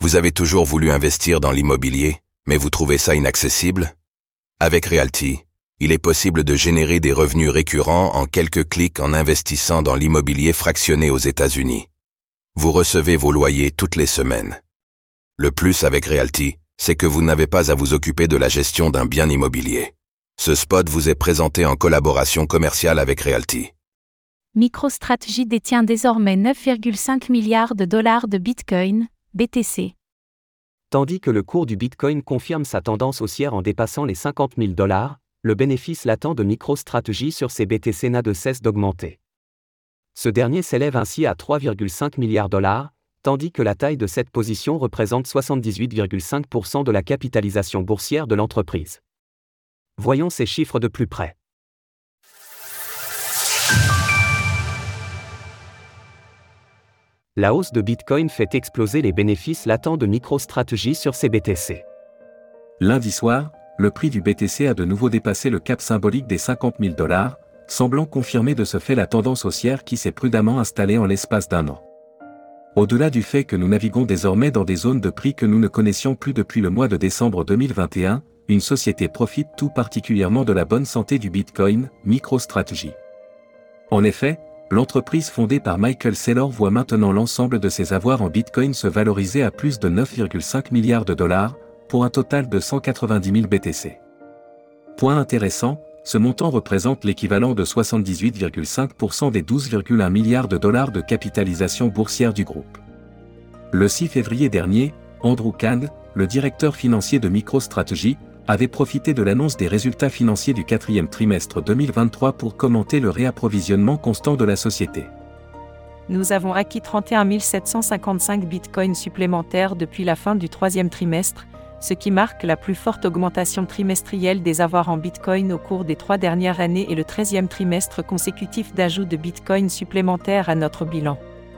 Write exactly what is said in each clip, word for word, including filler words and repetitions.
Vous avez toujours voulu investir dans l'immobilier, mais vous trouvez ça inaccessible? Avec Realty, il est possible de générer des revenus récurrents en quelques clics en investissant dans l'immobilier fractionné aux États-Unis. Vous recevez vos loyers toutes les semaines. Le plus avec Realty, c'est que vous n'avez pas à vous occuper de la gestion d'un bien immobilier. Ce spot vous est présenté en collaboration commerciale avec Realty. MicroStrategy détient désormais neuf virgule cinq milliards de dollars de Bitcoin, B T C. Tandis que le cours du Bitcoin confirme sa tendance haussière en dépassant les cinquante mille dollars, le bénéfice latent de MicroStrategy sur ses B T C n'a de cesse d'augmenter. Ce dernier s'élève ainsi à trois virgule cinq milliards de dollars, tandis que la taille de cette position représente soixante-dix-huit virgule cinq pour cent de la capitalisation boursière de l'entreprise. Voyons ces chiffres de plus près. La hausse de Bitcoin fait exploser les bénéfices latents de MicroStrategy sur ses B T C. Lundi soir, le prix du B T C a de nouveau dépassé le cap symbolique des cinquante mille dollars, semblant confirmer de ce fait la tendance haussière qui s'est prudemment installée en l'espace d'un an. Au-delà du fait que nous naviguons désormais dans des zones de prix que nous ne connaissions plus depuis le mois de décembre deux mille vingt et un, une société profite tout particulièrement de la bonne santé du Bitcoin, MicroStrategy. En effet, l'entreprise fondée par Michael Saylor voit maintenant l'ensemble de ses avoirs en Bitcoin se valoriser à plus de neuf virgule cinq milliards de dollars, pour un total de cent quatre-vingt-dix mille B T C. Point intéressant, ce montant représente l'équivalent de soixante-dix-huit virgule cinq pour cent des douze virgule un milliards de dollars de capitalisation boursière du groupe. Le six février dernier, Andrew Kang, le directeur financier de MicroStrategy, avait profité de l'annonce des résultats financiers du quatrième trimestre deux mille vingt-trois pour commenter le réapprovisionnement constant de la société. Nous avons acquis trente et un mille sept cent cinquante-cinq bitcoins supplémentaires depuis la fin du troisième trimestre, ce qui marque la plus forte augmentation trimestrielle des avoirs en bitcoin au cours des trois dernières années et le treizième trimestre consécutif d'ajout de bitcoins supplémentaires à notre bilan.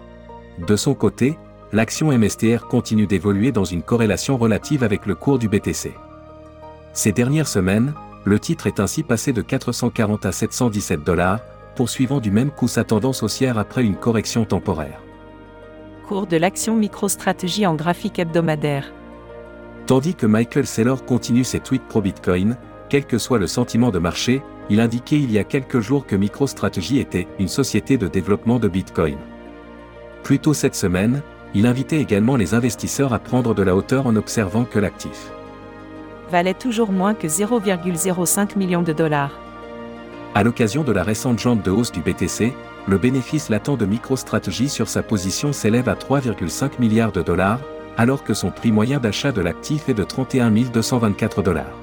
De son côté, l'action M S T R continue d'évoluer dans une corrélation relative avec le cours du B T C. Ces dernières semaines, le titre est ainsi passé de quatre cent quarante à sept cent dix-sept dollars, poursuivant du même coup sa tendance haussière après une correction temporaire. Cours de l'action MicroStrategy en graphique hebdomadaire. Tandis que Michael Saylor continue ses tweets pro-Bitcoin, quel que soit le sentiment de marché, il indiquait il y a quelques jours que MicroStrategy était une société de développement de Bitcoin. Plus tôt cette semaine, il invitait également les investisseurs à prendre de la hauteur en observant que l'actif valait toujours moins que zéro virgule zéro cinq millions de dollars. À l'occasion de la récente jante de hausse du B T C, le bénéfice latent de MicroStrategy sur sa position s'élève à trois virgule cinq milliards de dollars, alors que son prix moyen d'achat de l'actif est de trente et un mille deux cent vingt-quatre dollars.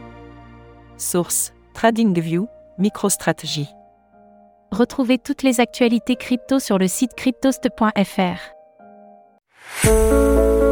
Source: TradingView, MicroStrategy. Retrouvez toutes les actualités crypto sur le site cryptost point f r.